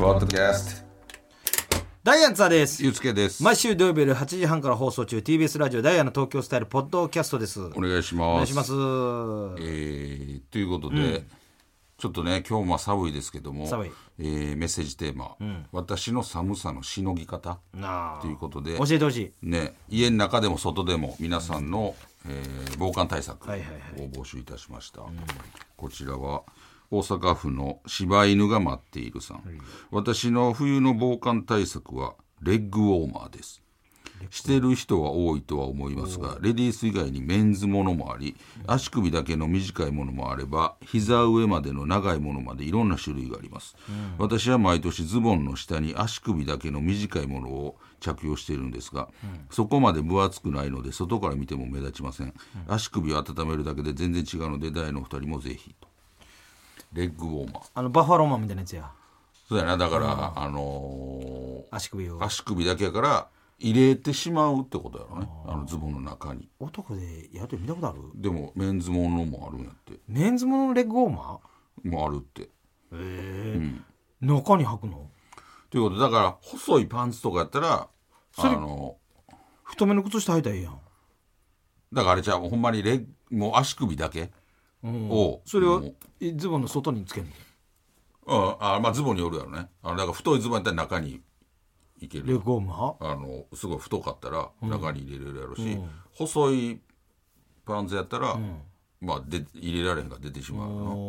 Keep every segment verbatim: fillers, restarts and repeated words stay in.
ポッドキャストダイアンツァーです。 ゆうつけです。 毎週土曜日夜はちじはんから放送中 ティービーエス ラジオダイアンの東京スタイルポッドキャストです。 お願いします。 お願いします。 えー、ということで、うん、ちょっとね今日も寒いですけども、 寒い、 えー、メッセージテーマ、うん、私の寒さのしのぎ方ということで教えてほしい、 ね、家の中でも外でも皆さんの、えー、防寒対策を募集いたしました、はいはいはい、こちらは大阪府の柴犬が待っているさん、はい、私の冬の防寒対策はレッグウォーマーです。してる人は多いとは思いますが、レディース以外にメンズものもあり、足首だけの短いものもあれば膝上までの長いものまでいろんな種類があります、うん、私は毎年ズボンの下に足首だけの短いものを着用しているんですが、うん、そこまで分厚くないので外から見ても目立ちません、うん、足首を温めるだけで全然違うので大のお二人もぜひと。レッグウォーマー、 あのバッファローマンみたいなやつや。 そうやな、だから、うん、あのー、 足首を足首だけやから入れてしまうってことやろね、あのズボンの中に。 男でやって見たことある？ でもメンズものもあるんやって。 メンズもののレッグウォーマーもあるって。 へえ、うん、中に履くの？ ということだから細いパンツとかやったらあの太めの靴下履いたらいいやん。 だからあれじゃあほんまにレッもう足首だけを、うん、 それをズボンの外につけるの？うん、あ、まあズボンによるやろね。あのだから太いズボンやったら中にいける。 レッグウォーマーあのすごい太かったら中に入れれるやろし、うん、細いパンツやったら、うん、まあで入れられへんから出てしまうよな、うん、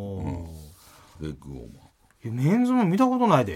レッグウォーマー。 いやメンズも見たことないで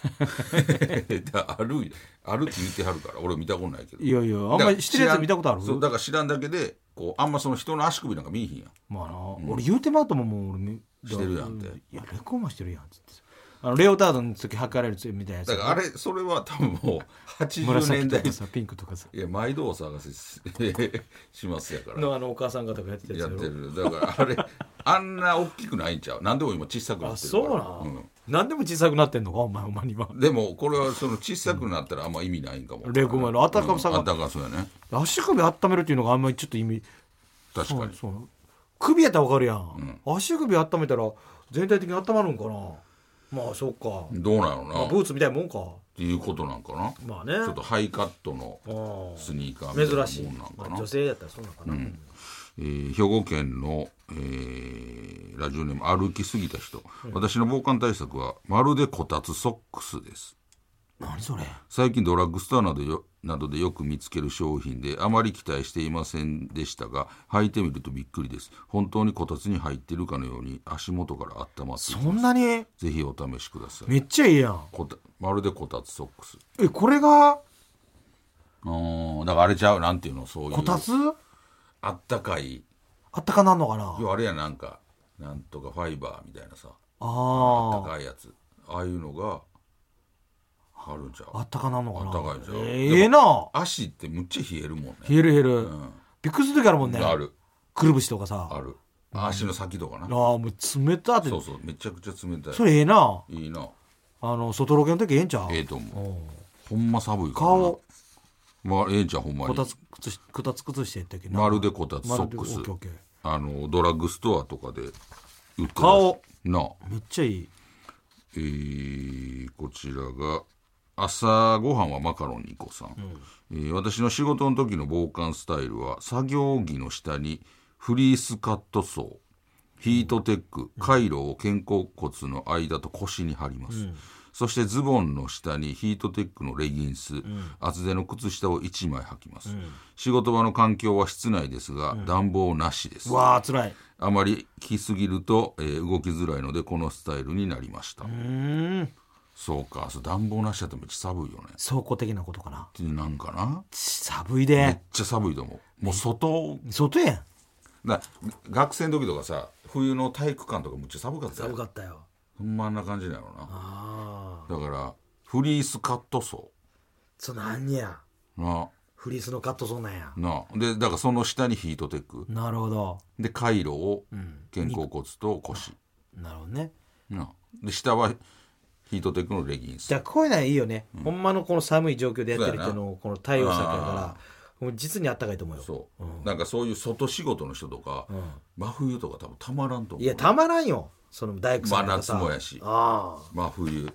あるあるって言ってはるから俺見たことないけど。 いやいやあんまりしてるやつ見たことある？ そうだから知らんだけでこうあんまその人の足首なんか見えへんやん。 まあな、うん、俺言うてまうとももう俺してるやんって。 いやレッグウォーマーしてるやんっつって、あのレオタードの時履かれるみたいなやつだからあれそれは多分もうはちじゅうねんだいとかさピンクとかさ、 いや毎度お探せしますやからのあのお母さん方がやってるやつやってる。だからあれあんな大きくないんちゃう。何でも今小さくなってるから。 あそうな、うん、何でも小さくなってんのかお前お前には。 でもこれはその小さくなったらあんま意味ないんかも、 うん、レッグウォーマーの温かさが、 うん、温かそうやね。 足首温めるっていうのがあんまりちょっと意味確かに。そうそう首やったら分かるやん、うん、足首温めたら全体的に温まるんかな。まあそうか、 どうなのな、まあ、 ブーツみたいなもんかっていうことなんかな。 まあね、 ちょっとハイカットのスニーカーみたいなもんなんかな。 珍しい、まあ、女性やったらそうなんかな、うんえー、兵庫県の、えー、ラジオネーム歩きすぎた人、うん、私の防寒対策はまるでこたつソックスです。 何それ？ 最近ドラッグストアなどよなどでよく見つける商品であまり期待していませんでしたが履いてみるとびっくりです。本当にこたつに入っているかのように足元から温まっています。 そんなに？ ぜひお試しください。 めっちゃいいやん。 こたまるでこたつソックス。 えこれがうんだからあれちゃうなんていうのそういうこたつあったかいあったかなんのかな。 要はあれやなんかなんとかファイバーみたいなさああったかいやつああいうのがあるんちゃう。 あったかなんのかな。 あったかいんちゃう。 ええー、な足ってむっちゃ冷えるもんね。 冷える冷える、 うん、 びっくりする時あるもんね。 ある。 くるぶしとかさある。足の先とかな、うん、 ああもう冷たって。 そうそうめちゃくちゃ冷たい。 それええな。 いいな。 あの外ロケの時ええんちゃう。 ええと思う。ほんま寒いからな。 顔まあええんちゃうほんまに。 こたつ靴こたつ靴してってけな。まるでこたつソックス。あのドラッグストアとかで売ってる顔な。 めっちゃいい。 えー、こちらが朝ごはんはマカロンにこさん、うんえー、私の仕事の時の防寒スタイルは作業着の下にフリースカットソー、ヒートテック、カイロを肩甲骨の間と腰に貼ります、うん、そしてズボンの下にヒートテックのレギンス、うん、厚手の靴下をいちまい履きます、うん、仕事場の環境は室内ですが、うん、暖房なしです。 わあつらい。 あまり着すぎると、えー、動きづらいのでこのスタイルになりました。 うーんそうか、そう暖房なしだとめっちゃ寒いよね。 倉庫的なことかな。 ってなんかな。 寒いで。 めっちゃ寒いと思う。もう外。 外やん。 だ学生の時とかさ、冬の体育館とかめっちゃ寒かったよ。 寒かったよ。 ほんまあんな感じなのな。 あだからフリースカットソー。 そうなんや。 な。 フリースのカットソーなんや。 な。でだからその下にヒートテック。 なるほど。 でカイロを肩甲骨と腰。 うん、なるほどね。 な。で下はヒートテックのレギンス。 じゃあこういうのはいいよね、うん、ほんまのこの寒い状況でやってる人のこの対応策やからもう実にあったかいと思うよ。 そう、うん、なんかそういう外仕事の人とか、うん、真冬とか多分たまらんと思う。 いやたまらんよその大工さんとかさ真夏もやしあ真冬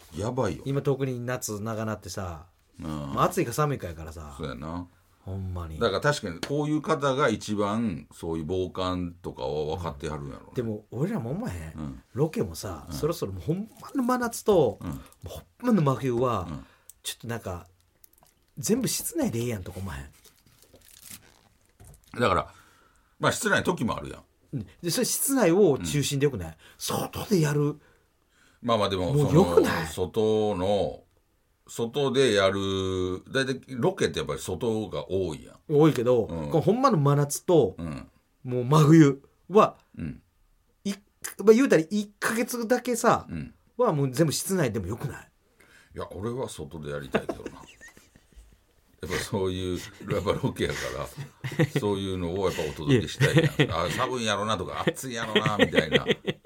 やばいよ。 今特に夏長なってさ、 うん、 まあ、暑いか寒いかやからさ。 そうやな。 ほんまに。 だから確かにこういう方が一番そういう防寒とかを分かってはるんやろうね、 うん、でも俺らも思えへん、うん、ロケもさ、 うん、 そろそろもうほんまの真夏と、うん、もうほんまの真冬は、うん、ちょっとなんか全部室内でいいやんとか思えへん。 だからまあ室内の時もあるやん。でそれ室内を中心でよくない、うん、外でやる。 まあまあでももうよくない？ 外の外でやるだいたいロケってやっぱり外が多いやん。 多いけど、うん、このほんまの真夏と、うん、もう真冬は、うん、いまあ、言うたらいっかげつだけさ、うん、はもう全部室内でもよくない？ いや俺は外でやりたいけどなやっぱそういうやっぱロケやからそういうのをやっぱお届けしたいやん。あ寒いんやろなとか暑いんやろなみたいな。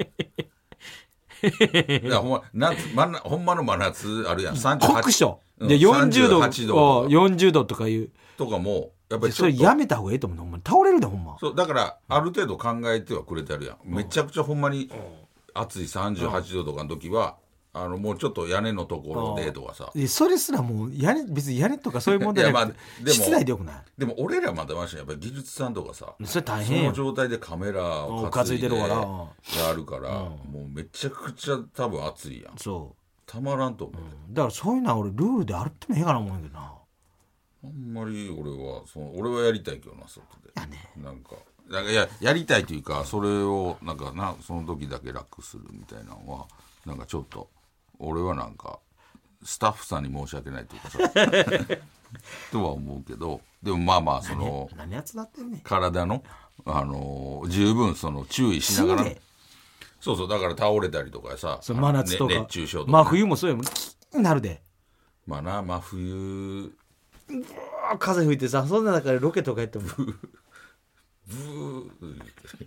いやほんま夏、ま、ほんまの真夏あるやん。さんじゅうはち酷暑でよんじゅうど、 さんじゅうはちどよんじゅうどとかいうとかもやっぱりちょっとそれやめた方がいいと思う。ほんまに倒れるでほんま。 そうだからある程度考えてはくれてるやん。めちゃくちゃほんまに暑いさんじゅうはちどとかの時はあのもうちょっと屋根のところでとかさ。 それすらもう屋根別に屋根とかそういう問題じゃなくてまあ、室内でよくない？ でも俺らまだましやっぱり技術さんとかさそれ大変その状態でカメラを担いでやるからもうめちゃくちゃ多分暑いやん。 そうたまらんと思う、 うん、だからそういうのは俺ルールであるってもええかな思うんだけどな。 あんまり俺はその俺はやりたいけどな外でやねなんかなんかややりたいというかそれをなんかなその時だけ楽するみたいなのはなんかちょっと俺はなんかスタッフさんに申し訳ないというかさとは思うけどでもまあまあその何やつなってんねん体の、あのー、十分その注意しながらそうそうだから倒れたりとかさ真夏とか、 ね、熱中症とか、 ね、真冬もそうやもんキッなるでまあな真冬風吹いてさそんな中でロケとかやってもブーブー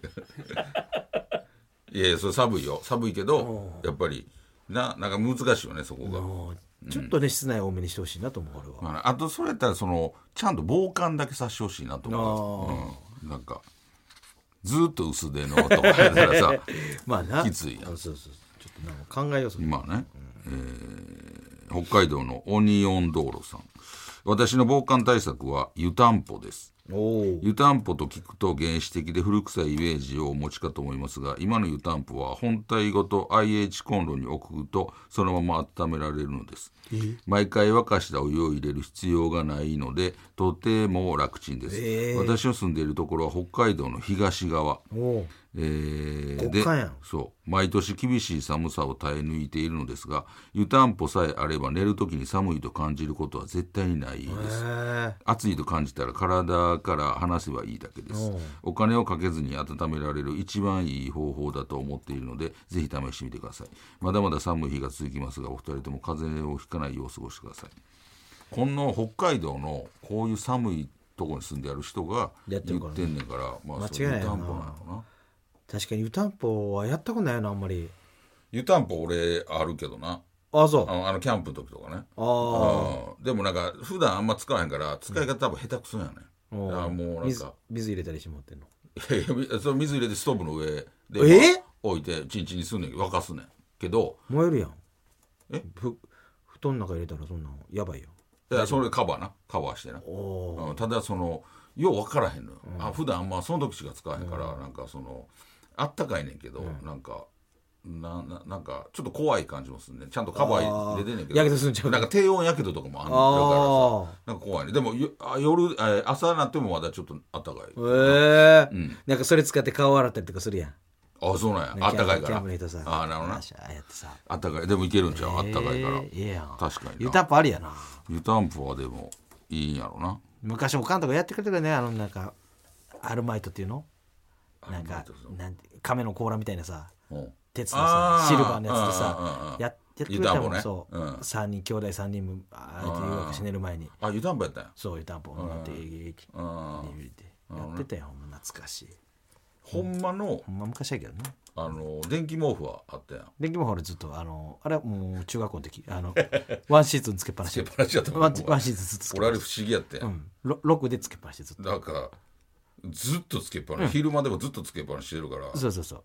いやいやそれ寒いよ寒いけどやっぱりななんか難しいよねそこが、 うん、ちょっとね室内多めにしてほしいなと思う俺は、 まあ、あとそれやったらそのちゃんと防寒だけさしてほしいなと思う、うん、なんかずっと薄手のとかやったらさまあなきついやん。 そうそうそうちょっとなんか考えようそれまあね、うんえー、北海道のオニオン道路さん私の防寒対策は湯たんぽです。湯たんぽと聞くと原始的で古臭いイメージをお持ちかと思いますが今の湯たんぽは本体ごと アイエイチ コンロに置くとそのまま温められるのです。毎回沸かしたお湯を入れる必要がないのでとても楽ちんです。えー、私の住んでいるところは北海道の東側、えー、でそう毎年厳しい寒さを耐え抜いているのですが湯たんぽさえあれば寝るときに寒いと感じることは絶対にないです。暑いと感じたら体から離せばいいだけです。お金をかけずに温められる一番いい方法だと思っているのでぜひ試してみてください。まだまだ寒い日が続きますがお二人とも風邪をひかないよう過ごしてください。この北海道のこういう寒いところに住んである人が言ってんねんから、まあ、 間違いないな。湯たんぽなのな。確かに湯たんぽはやったことないよなあんまり。湯たんぽ俺あるけどな。 あそうあの、あのキャンプの時とかね。ああでもなんか普段あんま使わへんから使い方多分下手くそやね、うん、あもうなんか水, 水入れたりしてもってんの。 いやその水入れてストーブの上で、まあ、置いてチンチンにすんねん沸かすねんけど燃えるやん。 えふ布団の中入れたらそんなのやばいよ。 いやそれカバーなカバーしてな、うん、ただそのよう分からへんのよ、うん、あ普段まあその時しか使わへんから、うん、なんかそのあったかいねんけど、うん、なんかな, な, なんかちょっと怖い感じもするね。ちゃんとカバー入れてんねんけどやけどすんちゃうなんか低温やけどとかもあるからさなんか怖いね。でも夜朝になってもまだちょっとあったかい。へえーうん、なんかそれ使って顔洗ったりとかするやん。 あそうなんやあったかいから。 ああなるほどな。 あやってさあったかいでもいけるんちゃう、えー、あったかいから。 いいやん確かに湯たんぽありやな。 湯たんぽはでもいいんやろな。 昔おかんとかやってくれてるね。あのなんかアルマイトっていうのなんかなんて亀の甲羅みたいなさ鉄のさシルバーのやつでさやってくれたもん、ね、そう、うん、さんにん兄弟さんにんもあえて言うわけし寝る前にあ湯たんぽやったんや。 そう湯たんぽになってやってたよ。懐かしい。 ほんまのほんま昔やけどね。 あの電気毛布はあったやん。 電気毛布俺ずっとあのあれはもう中学校の時あのワンシーズンつけっぱなしつけっぱなしやったワン, ワンシーズンずっとつけっぱなし。 俺あれ不思議やったやん、 うん、ロ, ロックでつけっぱなしずっとだからずっとつけっぱなし、うん、昼間でもずっとつけっぱなししてるからそうそうそう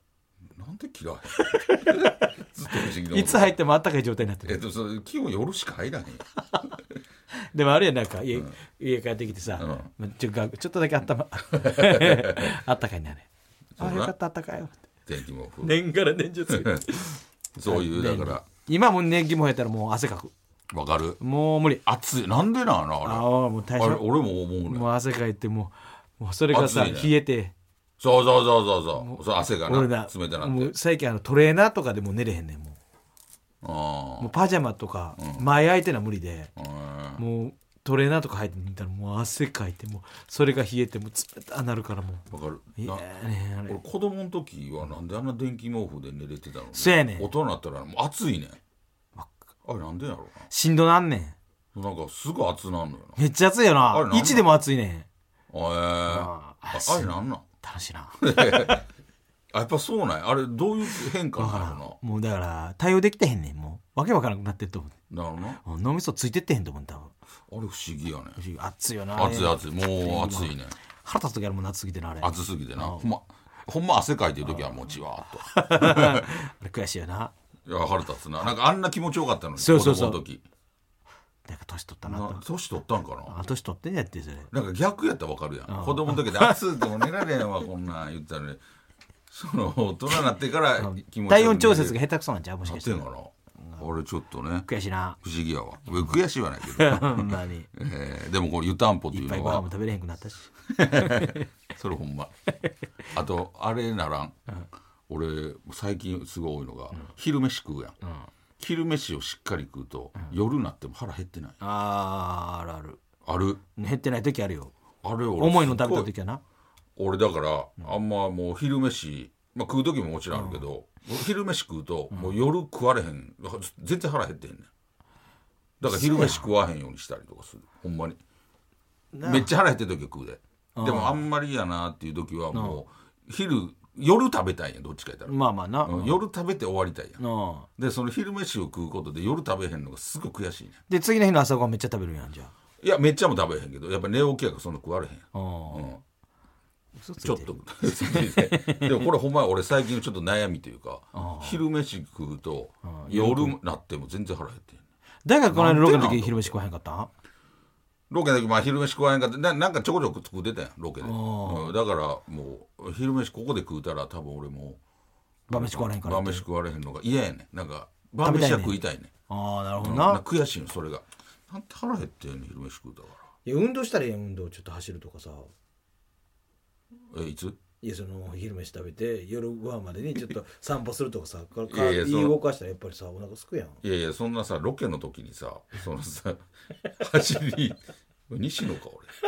なんで嫌いずっと不思議な。 いつ入ってもあったかい状態になってる。 えっとそれ基本夜しか入らへんでもあれやなんか 家,、うん、家帰ってきてさ、うん、ちょ, ちょっとだけあったまあったかいんだね。ああよかったあったかいよ電気毛布年から年中ついてそういうだから今も年季もやったらもう汗かく。 わかる。 もう無理。 暑い。なんでなのあれ。 ああもう大変。 俺も思うね。 もう汗かいてもうもうそれがさ、ね、冷えて。 そうそうそうそうそうそう汗がな冷たなって。 もう最近あのトレーナーとかでも寝れへんねんもう。あもうパジャマとか、うん、前開いてな無理で、うん、もうトレーナーとか入ってみたらもう汗かいてもうそれが冷えてもう冷たなるからもう。わかる。 いやねあれ。 俺子供の時はなんであんな電気毛布で寝れてたの。 そうやねん。 大人になったらもう暑いねん。あれなんでやろうな。 しんどなんねん。なんかすぐ暑なんのよな。 めっちゃ暑いよな。いちでも暑いねん。えー、ああれなんなん。 楽しいな。 あやっぱそうなんや。あれどういう変化なのな。 もうだから対応できてへんねん。もうわけわからなくなってると思う。 なるほどな。 脳みそついてってへんと思う多分。 あれ不思議やね。 不思議。暑いよな。 暑い暑い。もう暑いね。 腹立つ時あるもん夏すぎてなあれ。 暑すぎてな。ほんまほんま汗かいてる時はもうじわーっと。 あれ悔しいよな。 いや腹立つな。なんかあんな気持ちよかったのに。 そうそうそう。 子供の時。 なんか年取ったな。 年取ったんかな。 あ年取ってんやってそれ。 なんか逆やったらわかるやん。子供の時で暑いっても寝られへんわこんなん言ったらね。その大人になってから気持ち体温調節が下手くそなんちゃうもしかして。 なってんかな。あれちょっとね悔しいな。 不思議やわ。悔しいはないけど。 ほんまに。 えー、でもこれ湯たんぽっていうのはいっぱいご飯も食べれへんくなったし。 それほんま。あとあれならん。うん、俺最近すごい多いのが、うん、昼飯食うやん。うん、昼飯をしっかり食うと、うん、夜になっても腹減ってない。 あーあるある。 ある。 減ってない時あるよ。 あれ俺重いの食べた時はな。 俺だから、うん、あんまもう昼飯、まあ、食う時ももちろんあるけど、うん、昼飯食うと、うん、もう夜食われへん全然腹減ってへんねん。だから昼飯食わへんようにしたりとかする。ほんまにめっちゃ腹減ってる時は食うで。でもあんまりやなっていう時はもう昼夜食べたいんや。どっちか言ったらまあまあな、 うん、夜食べて終わりたいやん。でその昼飯を食うことで夜食べへんのがすごく悔しいねん。 で次の日の朝ごはんめっちゃ食べるやんじゃあ。 いやめっちゃも食べへんけどやっぱ寝起きやからそんな食われへん。うんちょっとでもこれほんま俺最近ちょっと悩みというか昼飯食うと夜なっても全然腹減ってん。 だからこの間ロケの時昼飯食わへんかったん。 ロケの時まあ昼飯食わへんかったな。なんかちょこちょこ食うてたやんロケで、うん、だからもう昼飯ここで食うたら多分俺も晩飯食われへんから晩飯食われへんのが嫌やねん。なんか晩飯は食いたいねん。 ああなるほどな、うん、 悔しいのそれが。なんて腹減ってんねん昼飯食うたから。 いや運動したらいいやん。運動ちょっと走るとかさ。 えいついやその昼飯食べて夜ご飯までにちょっと散歩するとかさいやいや動かしたらやっぱりさお腹すくやん。 いやいやそんなさロケの時にさそのさ走り西野か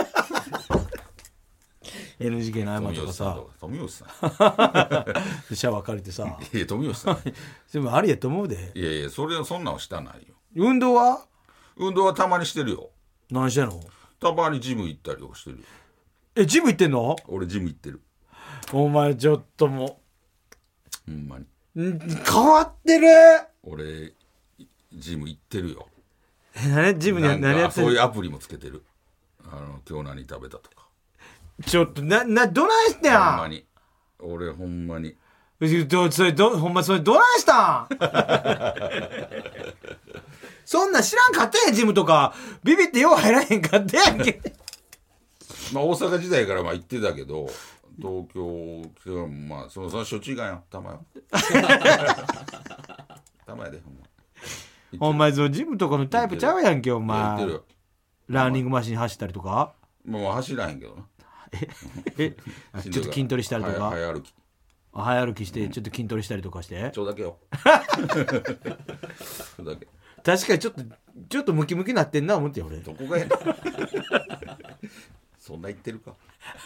俺 エヌジーケー の合間とかさ富吉さんシャワー借りてさいや富吉さんでもありやと思うで。 いやいやそれはそんなんはしたないよ。 運動は運動はたまにしてるよ。 何してんの。 たまにジム行ったりとかしてるよ。 えジム行ってんの。 俺ジム行ってる。 お前ちょっともうほんまにん変わってる。 俺ジム行ってるよ。 え何ジムには何やってる。 そういうアプリもつけてる。あの今日何食べたとか。 ちょっとななどないしてんやん。 ほんまに俺ほんまにどそれどほんまそれどないしたんそんなん知らんかったやんジムとか。ビビってよう入らへんかったやんけまあ大阪時代からまあ行ってたけど東京来てまあそのそのしょっちゅういかんよたまよたまやでほんま。 お前そのジムとかのタイプちゃうやんけお前。ランニングマシン走ったりとか。 もう走らへんけどな。 えちょっと筋トレしたりとか。 早歩き早歩きしてちょっと筋トレしたりとかして、うん、 ちょうだけよちょうだけ。 確かにちょっとちょっとムキムキなってんな思ってよ俺。 どこがやそんな言ってるか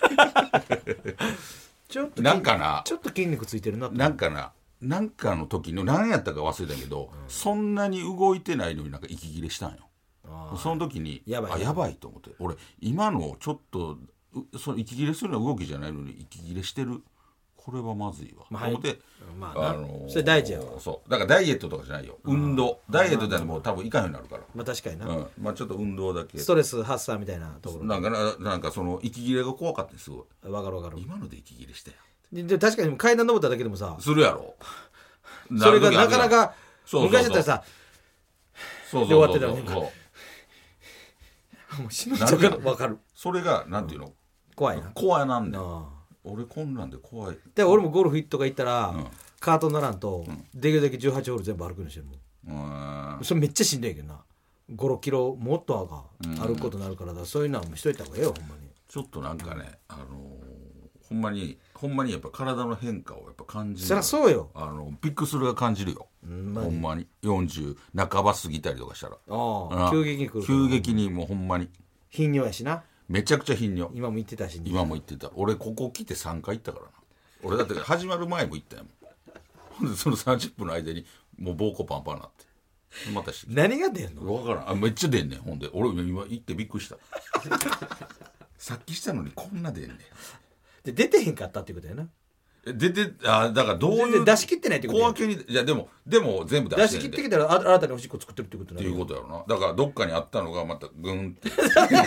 ちょっとなんかなちょっと筋肉ついてるな。 なんかななんかの時の何やったか忘れたけど、うん、そんなに動いてないのになんか息切れしたんよ。その時にやばいあやばいと思って俺今のちょっとその息切れするような動きじゃないのに息切れしてる。これはまずいわ、まあ、思って、 まあ、あのー、それ大事やわ。 そうだからダイエットとかじゃないよ運動。ダイエットでもう多分いかんようになるから。 まあ確かにな、 うん、まあちょっと運動だけストレス発散みたいなところなんかな。なんかその息切れが怖かったすごい。 わかるわかる。 今ので息切れしたよってで確かに階段登っただけでもさするやろ。 それがなかなか昔だったらさそうそうで終わってたらもう死ぬんちゃうか分かる。 それがなんていうの、 怖いな。 怖いなんだよ。俺こんなんで怖い。 で俺もゴルフとか行ったら、うん、カート乗らんと、うん、できるだけじゅうはちホール全部歩くようにしてるもん。それめっちゃしんどいけどな。ご、ろっキロもっと歩くことになるからだ、そういうのはもうしといた方がええよほんまに。 ちょっとなんかね、あのー、ほんまにほんまにやっぱ体の変化をやっぱ感じる。 そりゃそうよ。 あのピックスルが感じるよ、うん、ほんまによんじゅう半ば過ぎたりとかしたらあ急激に来る急激にもうほんまに頻尿やしな。 めちゃくちゃ頻尿。 今も言ってたし、ね、 今も言ってた。俺ここ来てさんかい行ったからな。俺だって始まる前も行ったよ。ほんでそのさんじゅっぷんの間にもう膀胱パンパンになってまたして何が出んの分からん。あめっちゃ出んねん。ほんで俺今行ってびっくりしたさっきしたのにこんな出んねん。 で出てへんかったってことやな。 出てあだからどういう出し切ってないってことや。 小分けにいやでもでも全部出してんで出し切ってきたら新たにおしっこ作ってるってことなっていうことやろな。だからどっかにあったのがまたグンって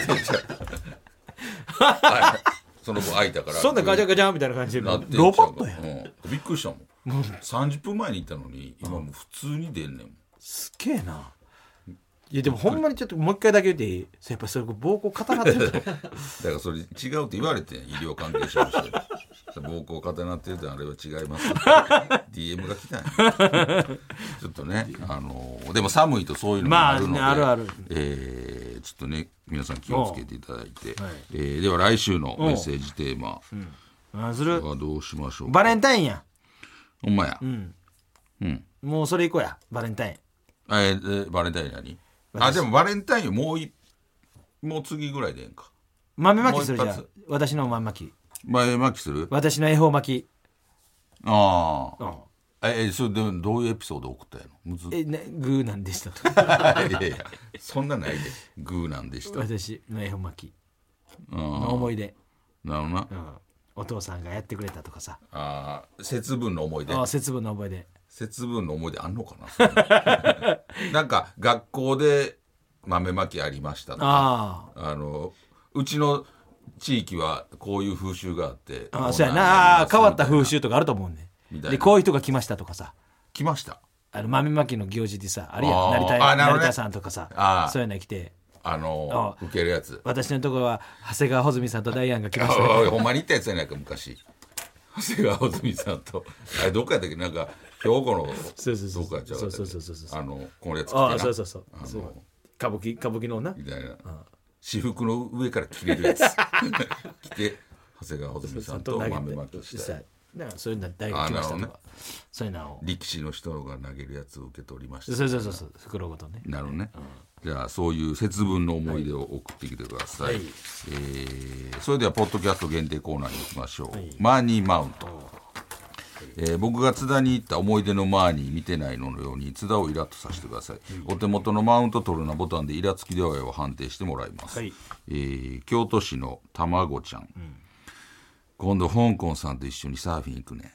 その子開いたからそんなガチャガチャみたいな感じでなってロボットや、 うん、びっくりしたもん、うん、さんじゅっぷんまえに行ったのに今もう普通に出んねん。 すげえな。いやでもほんまにちょっともう一回だけ言っていい？やっぱそれ膀胱固なってるだからそれ違うって言われてん医療関係者の人膀胱固なってるってあれは違いますディーエム が来たんやちょっとね、あのー、でも寒いとそういうのもあるので、まあ、あるある、えー、ちょっとね皆さん気をつけていただいて、はいえー、では来週のメッセージテーマ、うん、 何する？ どうしましょうか。 バレンタインやほんまや、 うんうん、もうそれいこうやバレンタイン。 えー、バレンタイン何？あでもバレンタインもういもう次ぐらいでええんか。 豆まきするじゃん。私の豆まき豆まきする？ 私の恵方巻き。 ああ、うん、えそれでどういうエピソード送ったやの？むずえ、ね、グーなんでしたといやいやそんなないでグーなんでした私の恵方巻きの思い出。 なるほどな、 うん、お父さんがやってくれたとかさ。 ああ節分の思い出。 ああ節分の思い出。 節分の思い出あんのかななんか学校で豆まきありましたとか あ, あのうちの地域はこういう風習があって。 ああそうやな。あ変わった風習とかあると思うね。でこういう人が来ましたとかさ。 来ましたあの豆まきの行事でさあれや成田、ね、成田さんとかさあそういうの来てあのー、受けるやつ。 私のところは長谷川穂積さんとダイアンが来ました、ね、 ほんまに行ったやつやないか昔長谷川穂積さんとあれどっかやったっけなんか兵庫のどっかやっちゃうかあのこのやつ着てな。 あそうそうそうあの歌舞伎歌舞伎の女みたいな私服の上から着れるやつ着て長谷川穂積さんと豆まきしたい。 だからそういうの大学来ましたとか、ね、そういうのを力士の人が投げるやつを受け取りました、 ね、そうそうそうそう袋ごとね。 なるほどね、うん、じゃあそういう節分の思い出を送ってきてください、はいえー、それではポッドキャスト限定コーナーに行きましょう、はい、マーニーマウント、えー、僕が津田に行った思い出のマーニー見てないののように津田をイラッとさせてください、うん、お手元のマウント取るなボタンでイラつき度合いを判定してもらいます、はいえー、京都市のたまごちゃん、うん今度香港さんと一緒にサーフィン行くね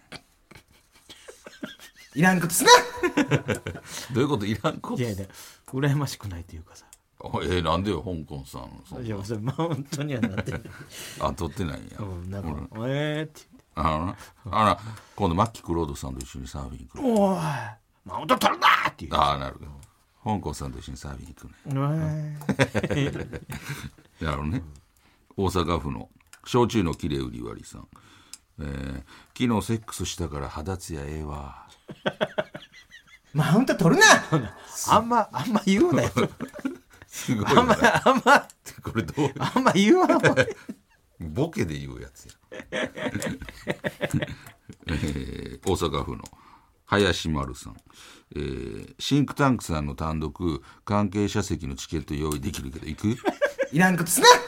いらんことすなどういうこといらんこと。 いやいや羨ましくないというかさ。 えー、なんでよ香港さんそんいやそれマウントにはなってないあ取ってないんや、 うん、なんか、うん、えーってあのあら今度マッキークロードさんと一緒にサーフィン行くおいマウント取るなっていう。 ああなるほど香港さんと一緒にサーフィン行くね、うん、なるほどね、うん、大阪府の焼酎のきれい売り割りさん、えー、昨日セックスしたから肌ツヤええわマウント取るなあんまあんま言うなよすごいあんまあんまこれどうあんま言うわボケで言うやつや、えー、大阪府の林丸さん、えー、シンクタンクさんの単独関係者席のチケット用意できるけど行くいらんことすな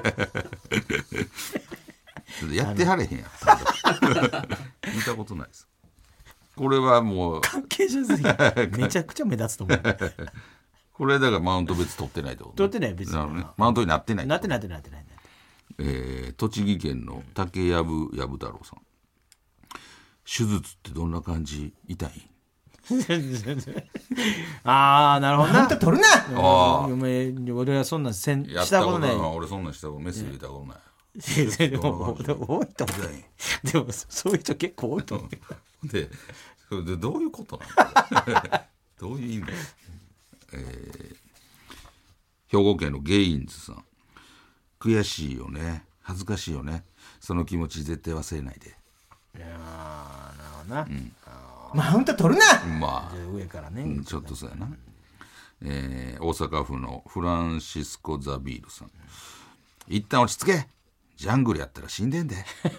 やってはれへんやん見たことないです。これはもう関係者席めちゃくちゃ目立つと思うこれだからマウント別取ってないってこと、 取ってない別に、 ね、マウントになってないなってないなってないなってない、 えー、栃木県の竹やぶやぶ太郎さん、手術ってどんな感じ痛いああなるほどな。マウント取るな。 あ俺はそんなんせんしたことない。 俺そんなんしたことメス入れたことない。 でも多いと思う。でもそういう人結構多いと思う。 でそれでどういうことなのどういう意味、えー、兵庫県のゲインズさん、悔しいよね、恥ずかしいよね、その気持ち絶対忘れないで。 いやーなるほどな、うん、マウント取るな。 まあ上からね、 うん、ちょっとそうやな、えー、大阪府のフランシスコ・ザビールさん、一旦落ち着け、ジャングルやったら死んでんで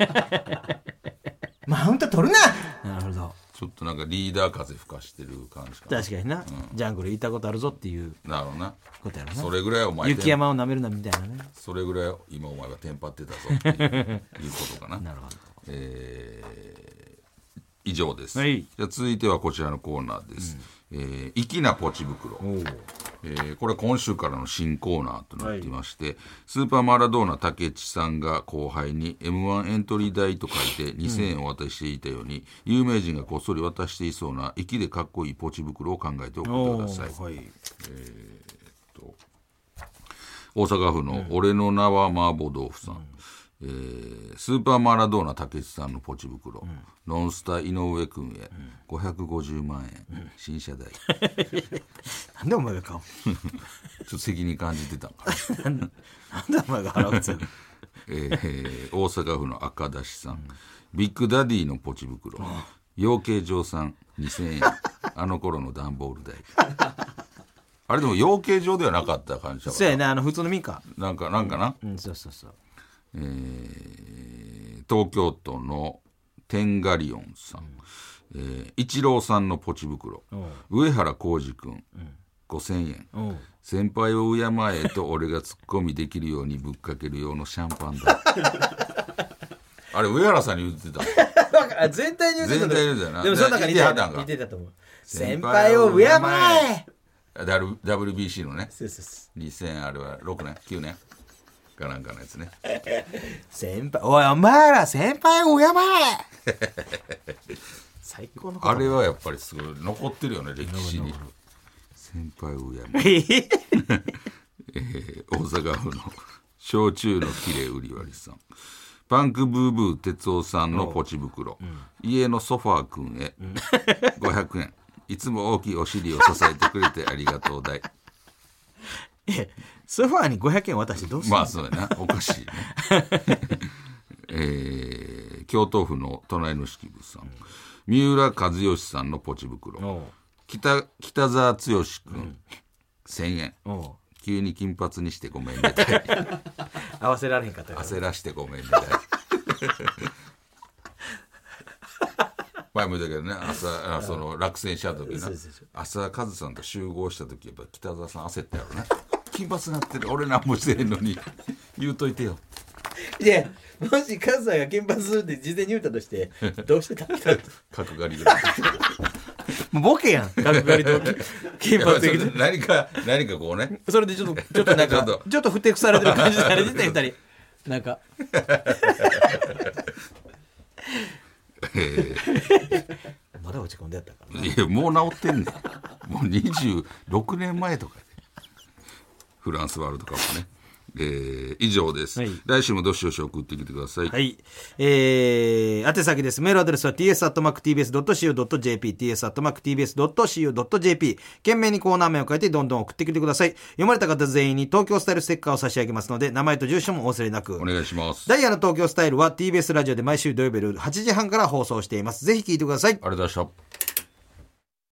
マウント取るな。なるほど、 ちょっとなんかリーダー風吹かしてる感じかな。 確かにな、うん、ジャングル行ったことあるぞっていうなるほどなことやろな。 それぐらいお前雪山を舐めるなみたいなね。 それぐらい今お前はテンパってたぞっていうことかななるほど、 えー、以上です、 はい、 じゃあ続いてはこちらのコーナーです、うん、えー、粋なポチ袋、えー、これは今週からの新コーナーとなっていまして、はい、スーパーマラドーナ竹地さんが後輩に エムワン エントリー代と書いてにせんえんを渡していたように、うん、有名人がこっそり渡していそうな粋でかっこいいポチ袋を考えて送ってください、はい、えー、と大阪府の俺の名は麻婆豆腐さん、うん、えー、スーパーマラドーナ竹内さんのポチ袋、うん、ノンスタ井上くんへ、うん、ごひゃくごじゅうまんえん、うん、新車代なんでお前が買うちょっと責任感じてたんかななんでお前が払うつえー、大阪府の赤だしさん、うん、ビッグダディのポチ袋、養鶏場さんにせんえんあの頃の段ボール代あれでも養鶏場ではなかった感じだから。 そうやね、あの普通の民家なんかなんかな、 うん、うん、そうそうそう、 えー、東京都のテンガリオンさん、うん、えー、一郎さんのポチ袋、上原浩二君、うん、ごせんえん、先輩を敬えと俺がツッコミできるようにぶっかける用のシャンパンだあれ上原さんに言ってた全体に言ってた。 全体に言ってたな。 でもその中に言ってたと思う。先輩を敬えダブリュービーシー のね、にせんあれはろくねんきゅうねんかなんかのやつね。 先輩、おいお前ら先輩を敬え最高のこと。 あれはやっぱりすごい残ってるよね、歴史に。先輩を敬え、えー、大阪府の焼酎のきれい売り割りさん、パンクブーブー哲夫さんのポチ袋、うん、家のソファーくんへ、うん、ごひゃくえん、いつも大きいお尻を支えてくれてありがとうだい。 え、ソファーにごひゃくえん渡してどうするの。 まあそうやな、おかしいね、えー、京都府の隣の式部さん、うん、三浦知良さんのポチ袋、北, 北澤剛君、うん、せんえん、急に金髪にしてごめんね合わせられへんかったから焦らしてごめんね前も言ったけどね、朝その落選した時な、朝カズさんと集合した時やっぱ北澤さん焦ったやろね金髪になってる俺何もしてへんのに言うといてよ。 いや、もしカズさんが金髪するって事前に言ったとしてどうしてた角刈りぐらいもうボケやん、角刈りと金髪的に何か何かこうね、 それでちょっとちょっとなんかちょっとちょっとふてくされてる感じされてたよふたりなんかえー、まだ落ち込んでやったからな。 いやもう治ってんねんもうにじゅうろくねんまえとかでフランスワールドカップね。えー、以上です、はい、来週もどしどし送ってきてください。 はい、えー、宛先です。メールアドレスは ティーエス アットマーク ティービーエス ドット シーオー ドット ジェーピー ティーエス アットマーク ティービーエス ドット シーオー ドット ジェーピー 懸命にコーナー名を書いてどんどん送ってきてください。読まれた方全員に東京スタイルステッカーを差し上げますので、名前と住所もお忘れなくお願いします。 ダイヤの東京スタイルは ティービーエス ラジオで毎週土曜日夜はちじはんから放送しています。ぜひ聞いてください。ありがとうございました。